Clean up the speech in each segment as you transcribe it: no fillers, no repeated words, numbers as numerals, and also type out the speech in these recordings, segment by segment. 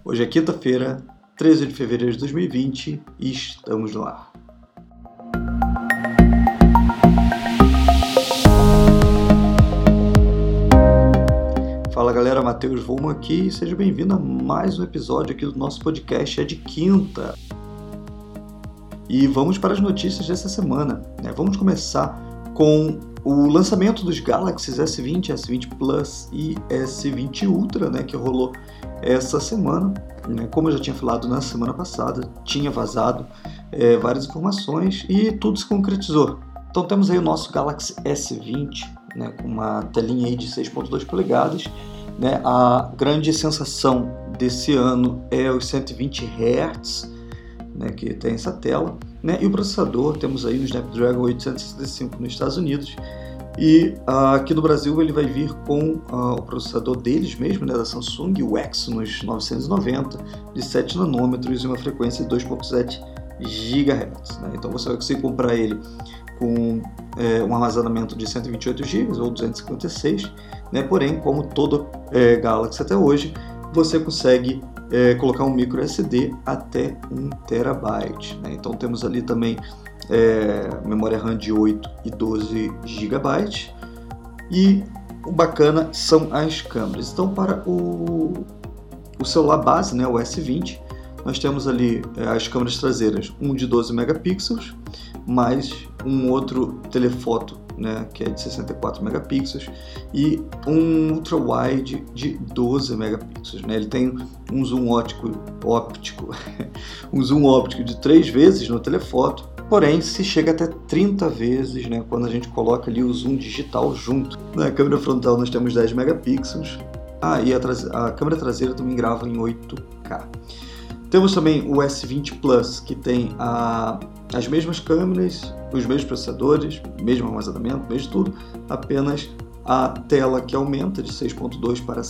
Hoje é quinta-feira, 13 de fevereiro de 2020 e estamos no ar. Fala galera, Matheus Volman aqui e seja bem-vindo a mais um episódio aqui do nosso podcast, é de quinta. E vamos para as notícias dessa semana, né? Vamos começar com o lançamento dos Galaxy S20, S20 Plus e S20 Ultra, né, que rolou essa semana. Né? Como eu já tinha falado na semana passada, tinha vazado várias informações e tudo se concretizou. Então temos aí o nosso Galaxy S20, né, com uma telinha aí de 6.2 polegadas. Né? A grande sensação desse ano é os 120 Hz, né, que tem essa tela. Né? E o processador, temos aí no Snapdragon 865 nos Estados Unidos, e aqui no Brasil ele vai vir com o processador deles mesmo, né, da Samsung, o Exynos 990, de 7 nanômetros e uma frequência de 2.7 GHz. Né? Então você vai conseguir comprar ele com um armazenamento de 128 GB ou 256, né? Porém, como todo Galaxy até hoje, você consegue colocar um micro SD até 1 TB. Né? Então temos ali também memória RAM de 8 e 12 GB. E o bacana são as câmeras. Então para o celular base, né, o S20, nós temos ali as câmeras traseiras, um de 12 megapixels, mais um outro telefoto, né, que é de 64 megapixels, e um ultra-wide de 12 megapixels. Né? Ele tem um zoom óptico um zoom óptico de 3 vezes no telefoto, porém se chega até 30 vezes, né, quando a gente coloca ali o zoom digital junto. Na câmera frontal nós temos 10 megapixels, e a câmera traseira também grava em 8K. Temos também o S20 Plus, que tem as mesmas câmeras, os mesmos processadores, mesmo armazenamento, mesmo tudo, apenas a tela que aumenta de 6.2 para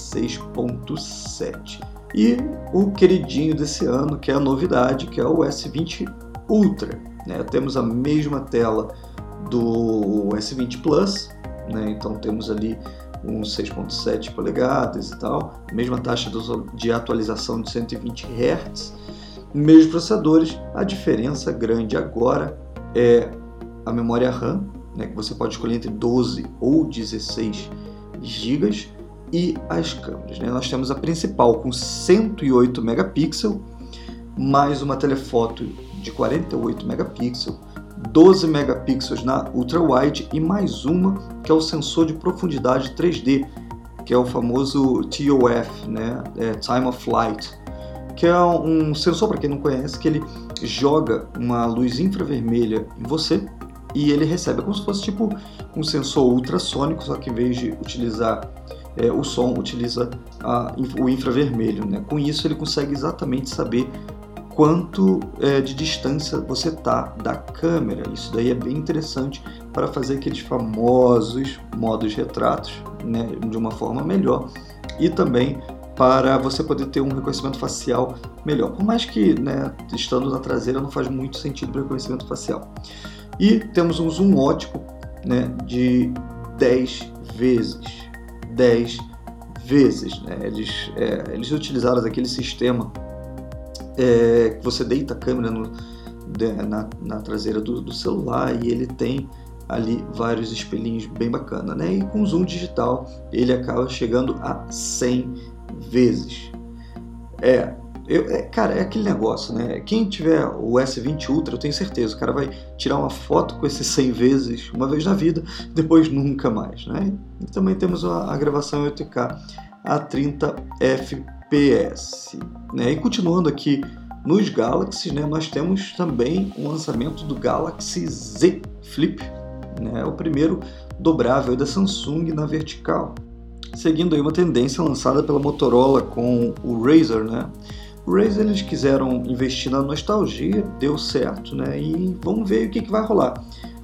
6.7. E o queridinho desse ano, que é a novidade, que é o S20 Ultra. Né? Temos a mesma tela do S20 Plus, né? Então temos ali uns 6.7 polegadas e tal, mesma taxa de atualização de 120 Hz, mesmos processadores. A diferença grande agora é a memória RAM, né, que você pode escolher entre 12 ou 16 GB, e as câmeras. Né? Nós temos a principal com 108 megapixels, mais uma telefoto de 48 megapixels, 12 megapixels na ultra-wide e mais uma que é o sensor de profundidade 3D, que é o famoso TOF, né? Time of Flight, que é um sensor, para quem não conhece, que ele joga uma luz infravermelha em você e ele recebe, como se fosse tipo um sensor ultrassônico, só que em vez de utilizar o som, utiliza o infravermelho. Né? Com isso ele consegue exatamente saber quanto de distância você está da câmera. Isso daí é bem interessante para fazer aqueles famosos modos retratos, né, de uma forma melhor, e também para você poder ter um reconhecimento facial melhor. Por mais que, né, estando na traseira não faz muito sentido para o reconhecimento facial. E temos um zoom óptico, né, de 10 vezes. 10 vezes. Né? Eles utilizaram aquele sistema que você deita a câmera na traseira do celular e ele tem ali vários espelhinhos bem bacana, né? E com zoom digital ele acaba chegando a 100 vezes. Cara, é aquele negócio, né? Quem tiver o S20 Ultra, eu tenho certeza, o cara vai tirar uma foto com esses 100 vezes uma vez na vida, depois nunca mais, né? E também temos a gravação em 8K a 30 FPS. Né? E continuando aqui nos Galaxy, né, nós temos também o lançamento do Galaxy Z Flip, né, o primeiro dobrável da Samsung na vertical, seguindo aí uma tendência lançada pela Motorola com o Razr. Né? O Razr, eles quiseram investir na nostalgia, deu certo, né? E vamos ver o que vai rolar.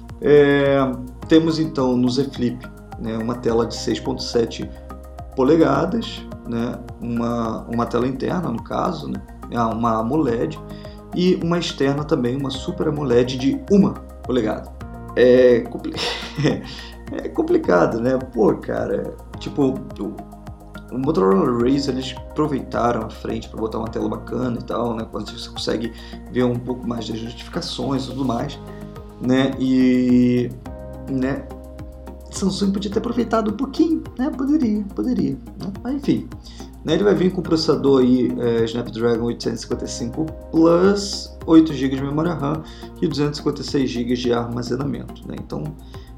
Temos então no Z Flip, né, uma tela de 6.7 polegadas, né, uma tela interna no caso, né, uma AMOLED, e uma externa também, uma Super AMOLED de 1 polegada. É complicado, né? Pô, cara, tipo, O Motorola Razr, eles aproveitaram a frente para botar uma tela bacana e tal, né? Quando você consegue ver um pouco mais das justificações e tudo mais, né? E, né? Samsung podia ter aproveitado um pouquinho, né? Poderia, né? Mas enfim, né? Ele vai vir com o processador aí, Snapdragon 855 Plus, 8 GB de memória RAM e 256 GB de armazenamento, né? Então,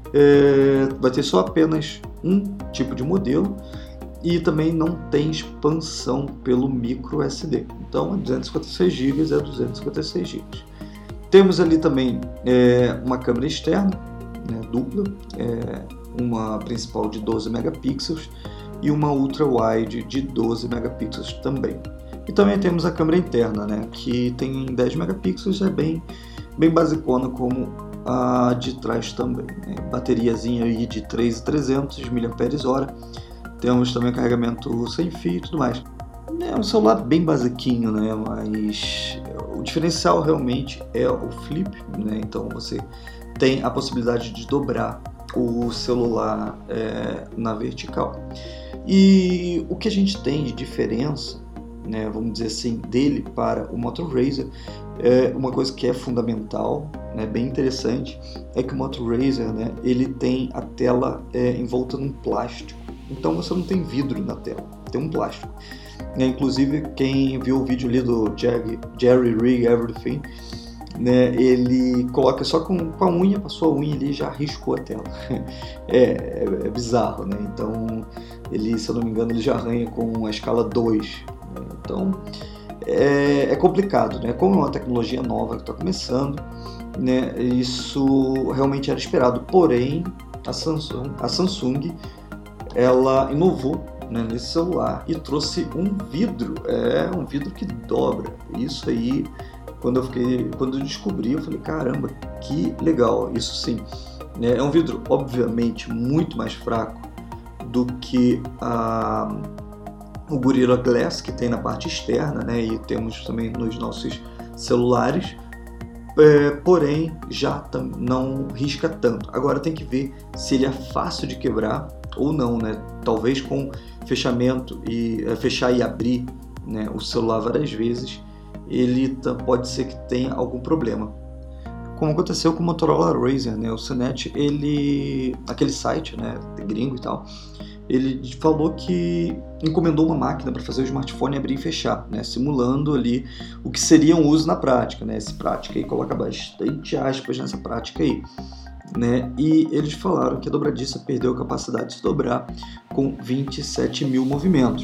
vai ter só apenas um tipo de modelo e também não tem expansão pelo micro SD. Então, 256 GB é 256 GB. Temos ali também uma câmera externa, né, dupla, uma principal de 12 megapixels e uma ultra-wide de 12 megapixels também. E também temos a câmera interna, né, que tem 10 megapixels, é bem basicona como a de trás também, né? Bateriazinha aí de 3.300 mAh. Temos também carregamento sem fio e tudo mais. É um celular bem basiquinho, né? Mas o diferencial realmente é o flip, né? Então você tem a possibilidade de dobrar o celular na vertical. E o que a gente tem de diferença, né, vamos dizer assim, dele para o Moto Razr, uma coisa que é fundamental, né, bem interessante, é que o Moto Razr, né, ele tem a tela envolta num plástico. Então você não tem vidro na tela, tem um plástico. Inclusive, quem viu o vídeo ali do Jerry Rig Everything, né, ele coloca só com a unha, passou a unha ali e já riscou a tela. É bizarro, né? Então, ele, se eu não me engano, ele já arranha com a escala 2. Né? Então, é complicado, né? Como é uma tecnologia nova que está começando, né, isso realmente era esperado. Porém, a Samsung ela inovou, né, nesse celular e trouxe um vidro que dobra. Isso aí, quando eu descobri, eu falei, caramba, que legal. Isso sim, né, é um vidro obviamente muito mais fraco do que o Gorilla Glass que tem na parte externa, né, e temos também nos nossos celulares, porém já não risca tanto. Agora tem que ver se ele é fácil de quebrar ou não, né? Talvez com fechamento e fechar e abrir, né, o celular várias vezes, ele pode ser que tenha algum problema. Como aconteceu com o Motorola Razr, né? O CNET, aquele site, né, gringo e tal, ele falou que encomendou uma máquina para fazer o smartphone abrir e fechar, né, simulando ali o que seria um uso na prática, né? Essa prática aí coloca bastante aspas nessa prática aí. Né? E eles falaram que a dobradiça perdeu a capacidade de se dobrar com 27 mil movimentos.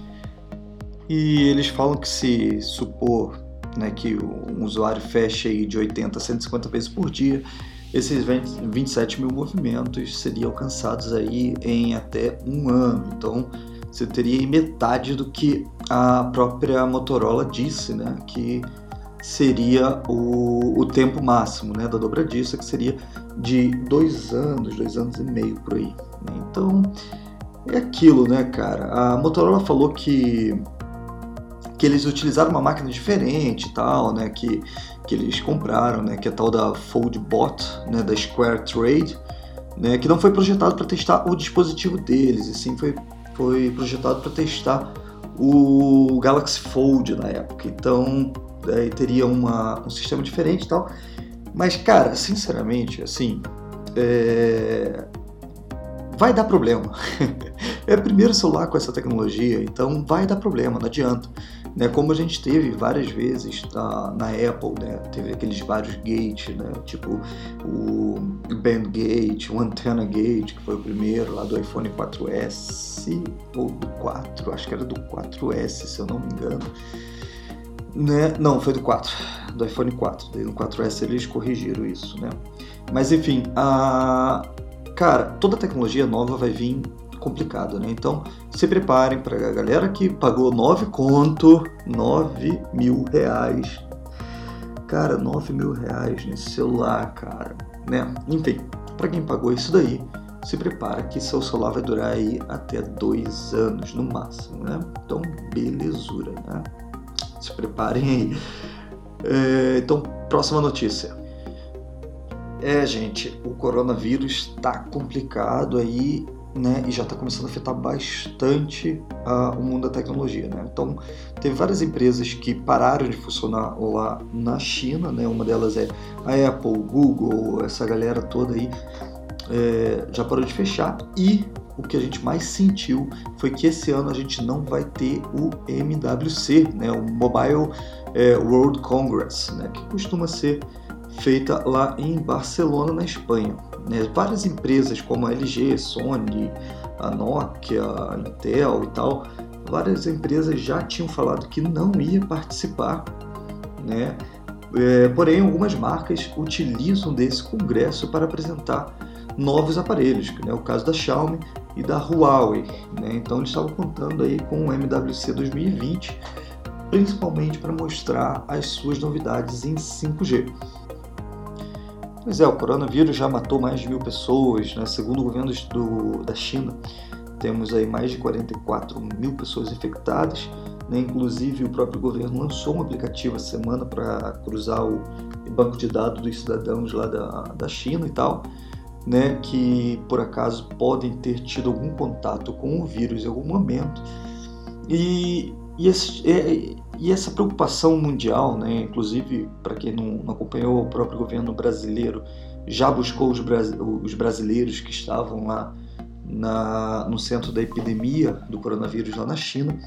E eles falam que se supor, né, que um usuário feche aí de 80 a 150 vezes por dia, esses 27 mil movimentos seriam alcançados aí em até um ano. Então você teria aí metade do que a própria Motorola disse, né, que seria o tempo máximo, né, da dobradiça, que seria de 2 anos e meio por aí. Então, é aquilo, né, cara? A Motorola falou que eles utilizaram uma máquina diferente e tal, né, que eles compraram, né, que é a tal da Foldbot, né, da Square Trade, né, que não foi projetado para testar o dispositivo deles, e sim foi projetado para testar o Galaxy Fold na época. Então, teria um sistema diferente e tal. Mas, cara, sinceramente, assim, vai dar problema. É o primeiro celular com essa tecnologia, então vai dar problema, não adianta. Né? Como a gente teve várias vezes na Apple, né? Teve aqueles vários gates, né? Tipo o Band Gate, o Antenna Gate, que foi o primeiro lá do iPhone 4S, ou do 4, acho que era do 4S, se eu não me engano. Né? Não, foi do 4, do iPhone 4. Daí no 4S eles corrigiram isso, né? Mas enfim, cara, toda tecnologia nova vai vir complicado, né? Então se preparem para a galera que pagou 9 mil reais. Cara, 9 mil reais nesse celular, cara, né? Enfim, para quem pagou isso daí, se prepara que seu celular vai durar aí até 2 anos no máximo, né? Então, belezura, né? Se preparem aí. Então, próxima notícia. Gente, o coronavírus está complicado aí né, e já está começando a afetar bastante o mundo da tecnologia, né? Então, teve várias empresas que pararam de funcionar lá na China, né? Uma delas é a Apple, Google, essa galera toda aí já parou de fechar, e o que a gente mais sentiu foi que esse ano a gente não vai ter o MWC, né? O Mobile World Congress, né? Que costuma ser feita lá em Barcelona, na Espanha. Várias empresas como a LG, Sony, a Nokia, a Intel e tal, várias empresas já tinham falado que não ia participar, né? Porém, algumas marcas utilizam desse congresso para apresentar novos aparelhos, né? O caso da Xiaomi e da Huawei, né? Então eles estavam contando aí com o MWC 2020, principalmente para mostrar as suas novidades em 5G. Pois é, o coronavírus já matou mais de 1.000 pessoas, né? Segundo o governo da China, temos aí mais de 44.000 pessoas infectadas, né? Inclusive o próprio governo lançou um aplicativo essa semana para cruzar o banco de dados dos cidadãos lá da China e tal, né? Que por acaso podem ter tido algum contato com o vírus em algum momento. E essa preocupação mundial, né, inclusive para quem não acompanhou, o próprio governo brasileiro já buscou os brasileiros que estavam lá no centro da epidemia do coronavírus lá na China.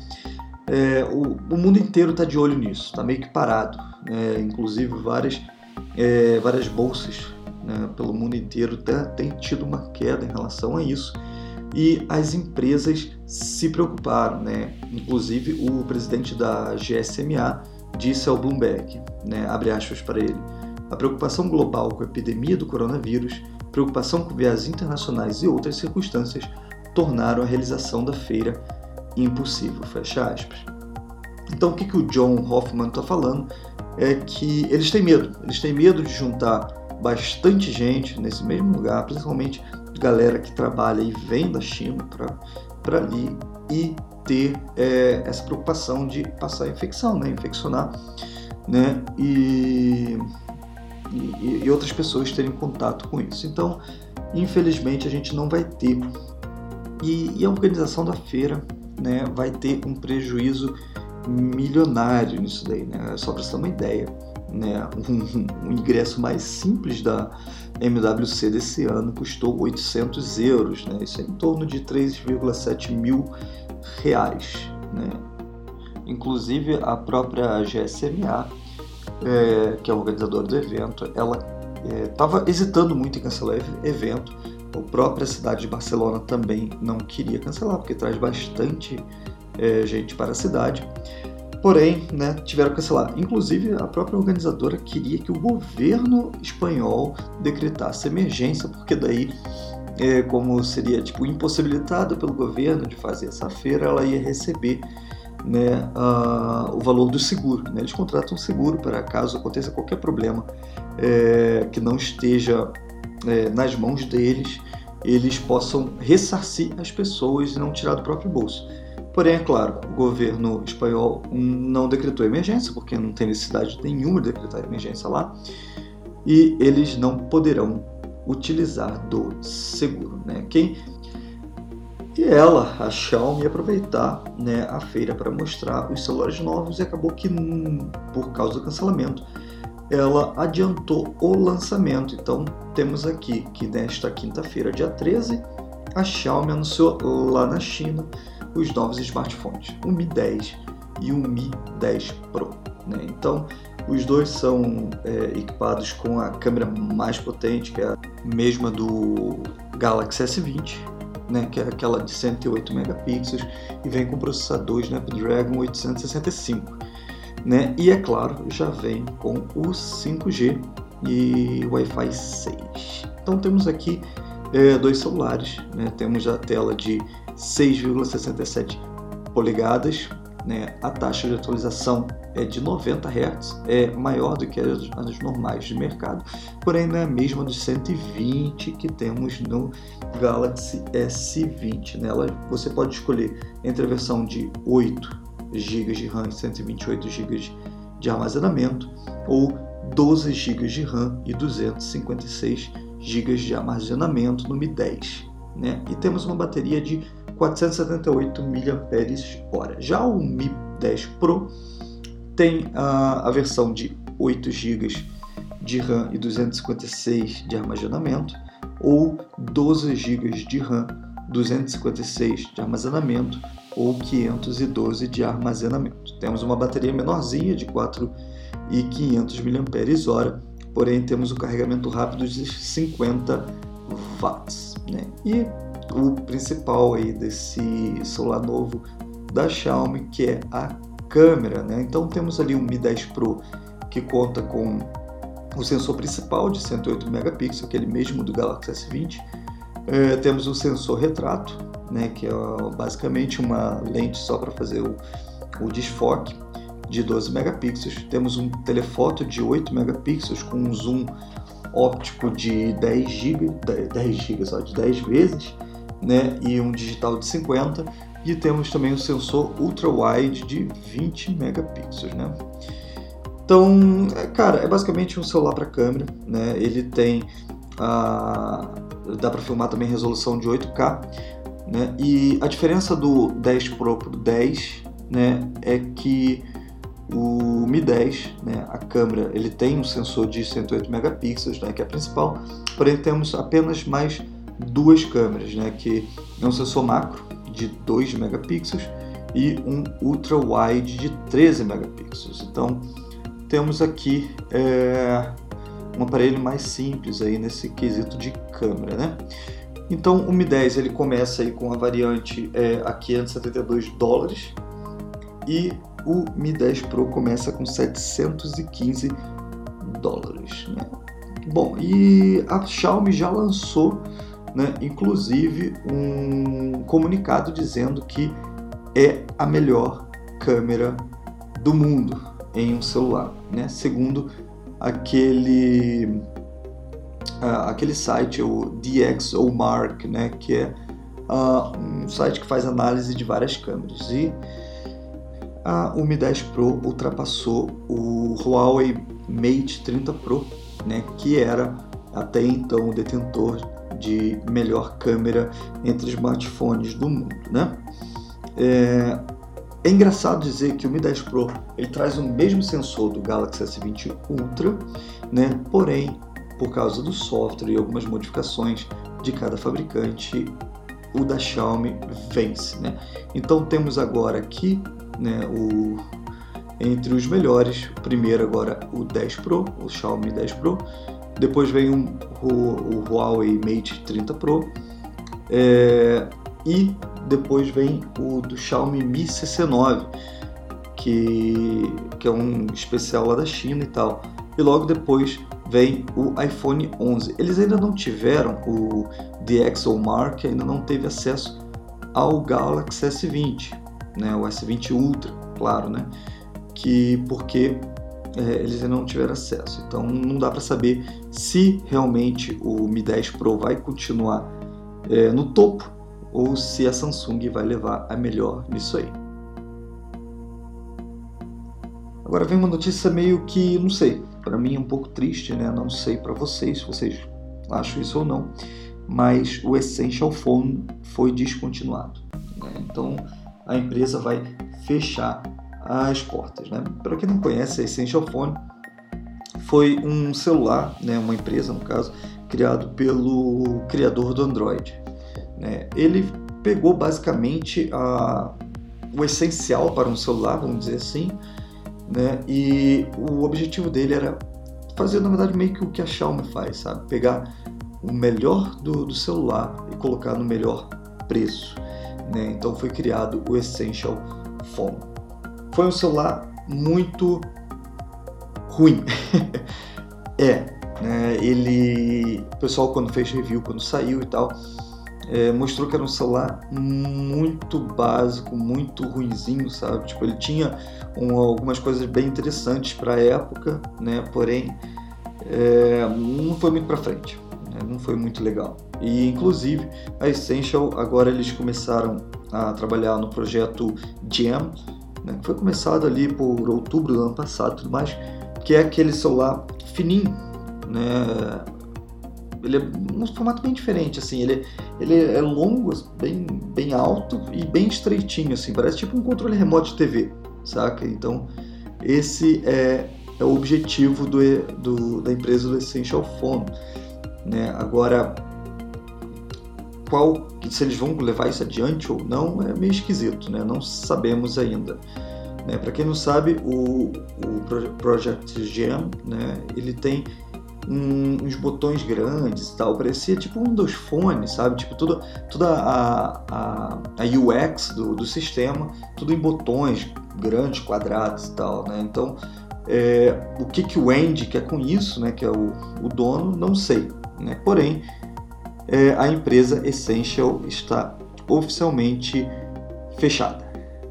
O mundo inteiro está de olho nisso, está meio que parado, né? Inclusive várias bolsas, né, pelo mundo inteiro tem tido uma queda em relação a isso. E as empresas se preocuparam, né? Inclusive o presidente da GSMA disse ao Bloomberg, né, abre aspas para ele: a preocupação global com a epidemia do coronavírus, preocupação com viagens internacionais e outras circunstâncias tornaram a realização da feira impossível, fecha aspas. Então o que o John Hoffman está falando é que eles têm medo de juntar bastante gente nesse mesmo lugar, principalmente galera que trabalha e vem da China para ali, e ter essa preocupação de passar a infecção, né? Infeccionar, né? E outras pessoas terem contato com isso. Então, infelizmente, a gente não vai ter. E a organização da feira, né, vai ter um prejuízo milionário nisso daí, né? Só para você ter uma ideia, né? Um ingresso mais simples da MWC desse ano custou 800 euros, né? Isso é em torno de 3,7 mil reais, né? Inclusive a própria GSMA, que é a organizadora do evento, ela estava hesitando muito em cancelar o evento. A própria cidade de Barcelona também não queria cancelar, porque traz bastante gente para a cidade. Porém, né, tiveram que cancelar. Inclusive, a própria organizadora queria que o governo espanhol decretasse emergência, porque daí, como seria impossibilitada pelo governo de fazer essa feira, ela ia receber, né, o valor do seguro, né? Eles contratam um seguro para caso aconteça qualquer problema que não esteja nas mãos deles, eles possam ressarcir as pessoas e não tirar do próprio bolso. Porém, é claro, o governo espanhol não decretou emergência, porque não tem necessidade nenhuma de decretar emergência lá, e eles não poderão utilizar do seguro, né? E ela, a Xiaomi, ia aproveitar, né, a feira para mostrar os celulares novos, e acabou que, por causa do cancelamento, ela adiantou o lançamento. Então, temos aqui que nesta quinta-feira, dia 13, a Xiaomi anunciou lá na China os novos smartphones, o Mi 10 e o Mi 10 Pro, né? Então, os dois são equipados com a câmera mais potente, que é a mesma do Galaxy S20, né? Que é aquela de 108 megapixels, e vem com processador Snapdragon 865, né? E, é claro, já vem com o 5G e Wi-Fi 6. Então, temos aqui dois celulares, né? Temos a tela de 6,67 polegadas, né? A taxa de atualização é de 90 Hz, é maior do que as normais de mercado, porém não é a mesma dos 120 que temos no Galaxy S20, né? Você pode escolher entre a versão de 8 GB de RAM e 128 GB de armazenamento, ou 12 GB de RAM e 256 GB de armazenamento no Mi 10. né? E temos uma bateria de 478 mAh. Já o Mi 10 Pro tem a versão de 8 GB de RAM e 256 de armazenamento, ou 12 GB de RAM, 256 de armazenamento, ou 512 de armazenamento. Temos uma bateria menorzinha de 4.500 mAh, porém temos um carregamento rápido de 50 watts, né? E o principal aí desse celular novo da Xiaomi, que é a câmera, né? Então temos ali um Mi 10 Pro que conta com o sensor principal de 108 megapixels, aquele mesmo do Galaxy S20. Temos um sensor retrato, né, que é basicamente uma lente só para fazer o desfoque, de 12 megapixels. Temos um telefoto de 8 megapixels com um zoom óptico de 10 vezes, né, e um digital de 50. E temos também um sensor ultra-wide de 20 megapixels, né? Então, cara, é basicamente um celular para câmera, né? Ele tem dá para filmar também resolução de 8K, né? E a diferença do 10 Pro para o 10, né, é que o Mi 10, né, a câmera, ele tem um sensor de 108 megapixels, né, que é a principal, porém temos apenas mais duas câmeras, né, que é um sensor macro de 2 megapixels e um ultra-wide de 13 megapixels. Então temos aqui um aparelho mais simples aí nesse quesito de câmera, né? Então o Mi 10 ele começa aí com a variante a $572 e o Mi 10 Pro começa com $715, né? Bom, e a Xiaomi já lançou, né, inclusive um comunicado dizendo que é a melhor câmera do mundo em um celular, né? Segundo aquele site, o DxOMark, né, que é um site que faz análise de várias câmeras. E o Mi 10 Pro ultrapassou o Huawei Mate 30 Pro, né, que era até então o detentor de melhor câmera entre smartphones do mundo, né? É engraçado dizer que o Mi 10 Pro ele traz o mesmo sensor do Galaxy S20 Ultra, né? Porém, por causa do software e algumas modificações de cada fabricante, o da Xiaomi vence, né? Então temos agora aqui, né, entre os melhores, primeiro agora o 10 Pro, o Xiaomi 10 Pro, depois vem o Huawei Mate 30 Pro, e depois vem o do Xiaomi Mi CC9, que é um especial lá da China e tal. E logo depois vem o iPhone 11. Eles ainda não tiveram, o DxOMark ainda não teve acesso ao Galaxy S20, né, o S20 Ultra, claro, né, porque eles ainda não tiveram acesso. Então não dá para saber se realmente o Mi 10 Pro vai continuar no topo ou se a Samsung vai levar a melhor nisso aí. Agora vem uma notícia meio que, não sei, para mim é um pouco triste, né? Não sei para vocês, se vocês acham isso ou não, mas o Essential Phone foi descontinuado, né? Então a empresa vai fechar as portas, né? Para quem não conhece, a Essential Phone foi um celular, né, uma empresa no caso, criado pelo criador do Android, né? Ele pegou basicamente o essencial para um celular, vamos dizer assim, né? E o objetivo dele era fazer, na verdade, meio que o que a Xiaomi faz, sabe? Pegar o melhor do celular e colocar no melhor preço, né? Então foi criado o Essential Phone. Foi um celular muito ruim. O pessoal quando fez review, quando saiu e tal, mostrou que era um celular muito básico, muito ruinzinho, sabe? Tipo, ele tinha algumas coisas bem interessantes para a época, né? Porém, não foi muito para frente, né? Não foi muito legal. E, inclusive, a Essential, agora eles começaram a trabalhar no projeto Gem, né? Que foi começado ali por outubro do ano passado e tudo mais, que é aquele celular fininho, né? ele é um formato bem diferente, assim, ele é longo, bem alto e bem estreitinho, assim, parece tipo um controle remoto de TV, saca? Então, esse é o objetivo da empresa do Essential Phone, né? Agora, se eles vão levar isso adiante ou não, é meio esquisito, né? Não sabemos ainda. Né? Para quem não sabe, o Project Gem, né? Ele tem uns botões grandes e tal, parecia tipo um Windows Phone, sabe? Tipo, toda a UX do sistema, tudo em botões grandes, quadrados e tal, né? Então, o que o Andy quer com isso, né? Que é o dono, não sei, né? Porém, a empresa Essential está oficialmente fechada.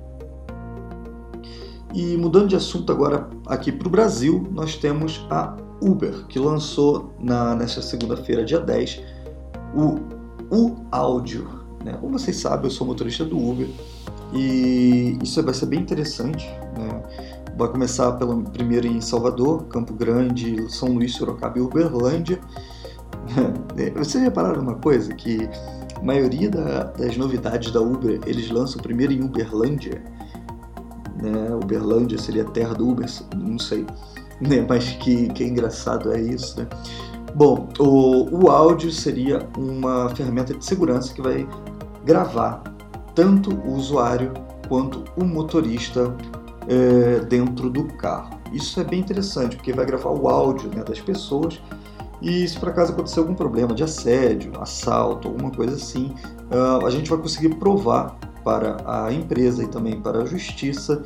E mudando de assunto agora aqui para o Brasil, nós temos a Uber, que lançou nesta segunda-feira, dia 10, o áudio. Né? Como vocês sabem, eu sou motorista do Uber e isso vai ser bem interessante. Né? Vai começar primeiro em Salvador, Campo Grande, São Luís, Sorocaba e Uberlândia. Vocês repararam uma coisa? Que a maioria das novidades da Uber, eles lançam primeiro em Uberlândia. Né? Uberlândia seria a terra do Uber, não sei. Né? Mas que engraçado é isso, né? Bom, o áudio seria uma ferramenta de segurança que vai gravar tanto o usuário quanto o motorista dentro do carro. Isso é bem interessante, porque vai gravar o áudio, né, das pessoas, e se por acaso acontecer algum problema de assédio, assalto, alguma coisa assim, a gente vai conseguir provar para a empresa e também para a justiça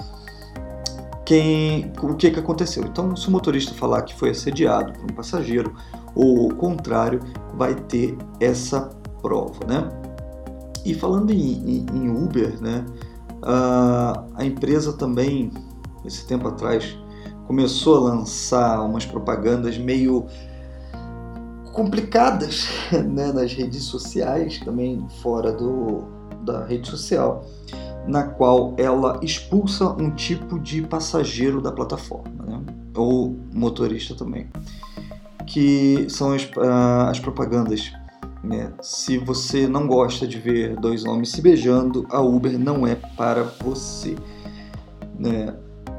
o que aconteceu. Então, se o motorista falar que foi assediado por um passageiro ou o contrário, vai ter essa prova, né? E falando em Uber, né, a empresa também, esse tempo atrás, começou a lançar umas propagandas meio complicadas, né, nas redes sociais, também fora da rede social, na qual ela expulsa um tipo de passageiro da plataforma, né? Ou motorista também, que são as propagandas, né? Se você não gosta de ver dois homens se beijando, a Uber não é para você, né?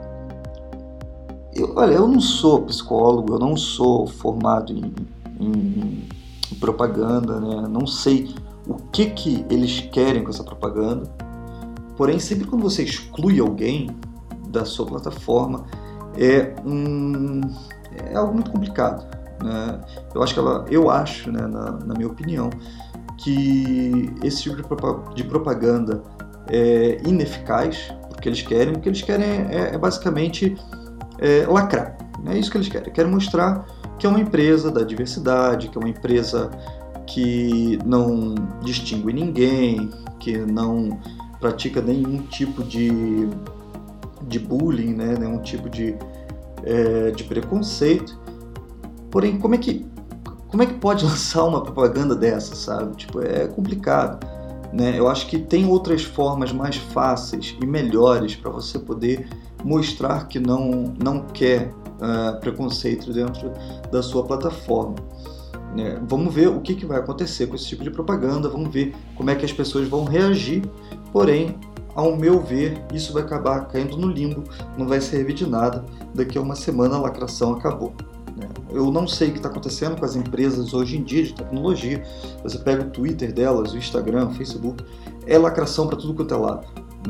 Eu não sou psicólogo, eu não sou formado em propaganda, né? Não sei o que eles querem com essa propaganda. Porém, sempre quando você exclui alguém da sua plataforma, é algo muito complicado. Né? Eu acho, né, na minha opinião, que esse tipo de propaganda é ineficaz, o que eles querem é basicamente lacrar. É isso que eles querem. Querem mostrar que é uma empresa da diversidade, que é uma empresa que não distingue ninguém, que não pratica nenhum tipo de bullying, né? Nenhum tipo de preconceito. Porém, como é que pode lançar uma propaganda dessa, sabe? Tipo, é complicado, né? Eu acho que tem outras formas mais fáceis e melhores para você poder mostrar que não quer preconceito dentro da sua plataforma. Vamos ver o que vai acontecer com esse tipo de propaganda, vamos ver como é que as pessoas vão reagir. Porém, ao meu ver, isso vai acabar caindo no limbo, não vai servir de nada. Daqui a uma semana a lacração acabou. Eu não sei o que está acontecendo com as empresas hoje em dia de tecnologia. Você pega o Twitter delas, o Instagram, o Facebook, é lacração para tudo quanto é lado.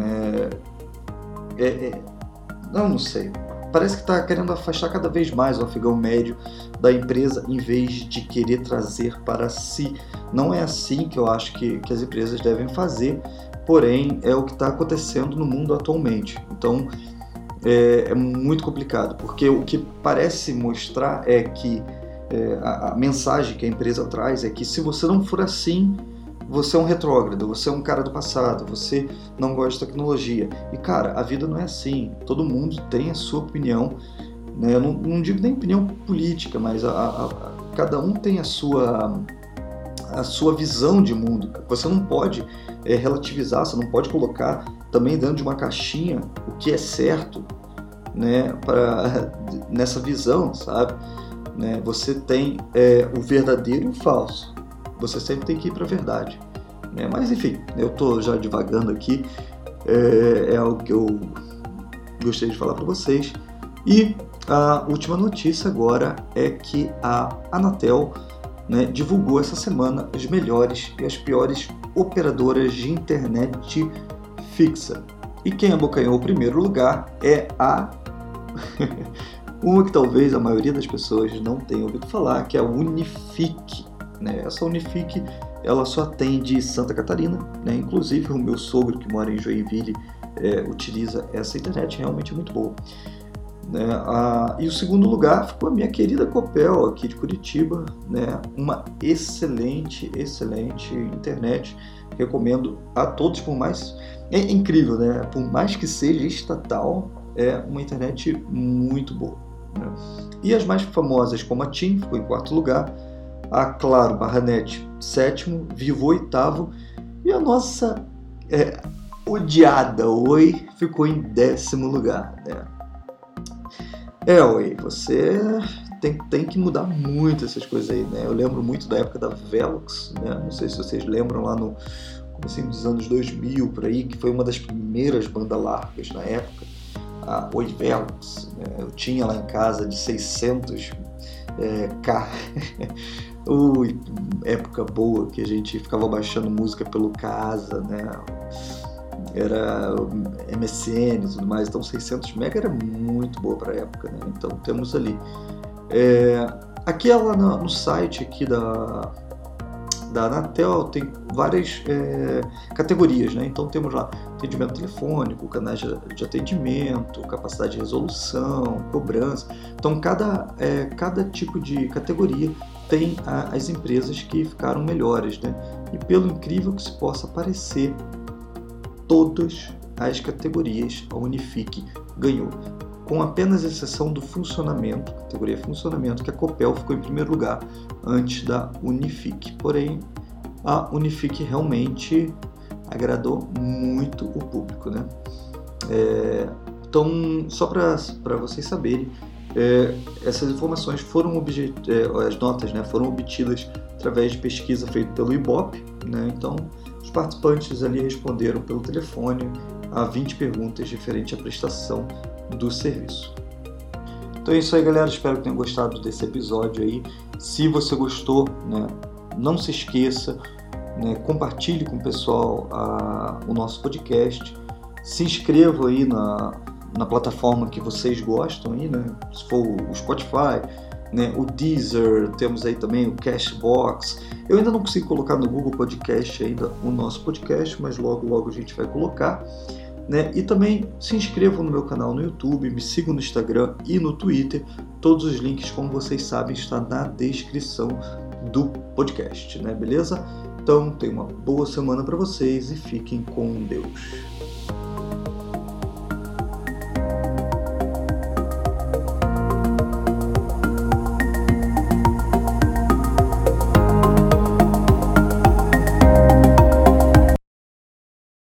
Não sei. Parece que está querendo afastar cada vez mais o afegão médio da empresa em vez de querer trazer para si. Não é assim que eu acho que as empresas devem fazer, porém é o que está acontecendo no mundo atualmente. Então é muito complicado, porque o que parece mostrar é que a mensagem que a empresa traz é que se você não for assim, você é um retrógrado, você é um cara do passado, você não gosta de tecnologia. E cara, a vida não é assim, todo mundo tem a sua opinião, né? Eu não digo nem opinião política, mas cada um tem a sua visão de mundo. Você não pode relativizar, você não pode colocar também dentro de uma caixinha o que é certo, né, nessa visão, sabe? né? Você tem o verdadeiro e o falso. Você sempre tem que ir para a verdade, né? Mas enfim, eu estou já divagando aqui. É algo que eu gostaria de falar para vocês. E a última notícia agora é que a Anatel, né, divulgou essa semana as melhores e as piores operadoras de internet fixa. E quem abocanhou o primeiro lugar é uma que talvez a maioria das pessoas não tenha ouvido falar, que é a Unifique, né? Essa Unifique, ela só atende Santa Catarina, né? Inclusive o meu sogro que mora em Joinville utiliza essa internet, realmente é muito boa. Né? E o segundo lugar ficou a minha querida Copel aqui de Curitiba, né? Uma excelente internet, recomendo a todos, por mais... É incrível, né? Por mais que seja estatal, é uma internet muito boa, né? E as mais famosas, como a TIM, ficou em quarto lugar, a Claro Barranet, sétimo, Vivo, oitavo, e a nossa odiada Oi ficou em 10º lugar, né? Oi, você tem que mudar muito essas coisas aí, né? Eu lembro muito da época da Velox, né? Não sei se vocês lembram lá no comecinho dos anos 2000, por aí, que foi uma das primeiras bandas largas na época, a Oi Velox, né? Eu tinha lá em casa de 600 K. Ui, época boa, que a gente ficava baixando música pelo Casa, né? Era MSN e tudo mais, então 600 MB era muito boa para a época, né? Então temos ali. Aqui lá no site aqui da Anatel tem várias categorias, né? Então temos lá atendimento telefônico, canais de atendimento, capacidade de resolução, cobrança. Então cada tipo de categoria tem as empresas que ficaram melhores, né? E pelo incrível que se possa parecer, todas as categorias a Unifique ganhou, com apenas exceção do funcionamento, categoria funcionamento, que a Copel ficou em primeiro lugar antes da Unifique. Porém, a Unifique realmente agradou muito o público, né? Então, só para vocês saberem, essas informações foram as notas, né, foram obtidas através de pesquisa feita pelo Ibope, né? Então, os participantes ali responderam pelo telefone a 20 perguntas referentes à prestação do serviço. Então é isso aí, galera, espero que tenham gostado desse episódio aí. Se você gostou, né, não se esqueça, né, compartilhe com o pessoal o nosso podcast, se inscreva aí na plataforma que vocês gostam aí, né? Se for o Spotify, né, o Deezer, temos aí também o Cashbox. Eu ainda não consigo colocar no Google Podcast ainda o nosso podcast, mas logo a gente vai colocar, né? E também se inscrevam no meu canal no YouTube, me sigam no Instagram e no Twitter. Todos os links, como vocês sabem, estão na descrição do podcast, né? Beleza? Então, tenham uma boa semana para vocês e fiquem com Deus.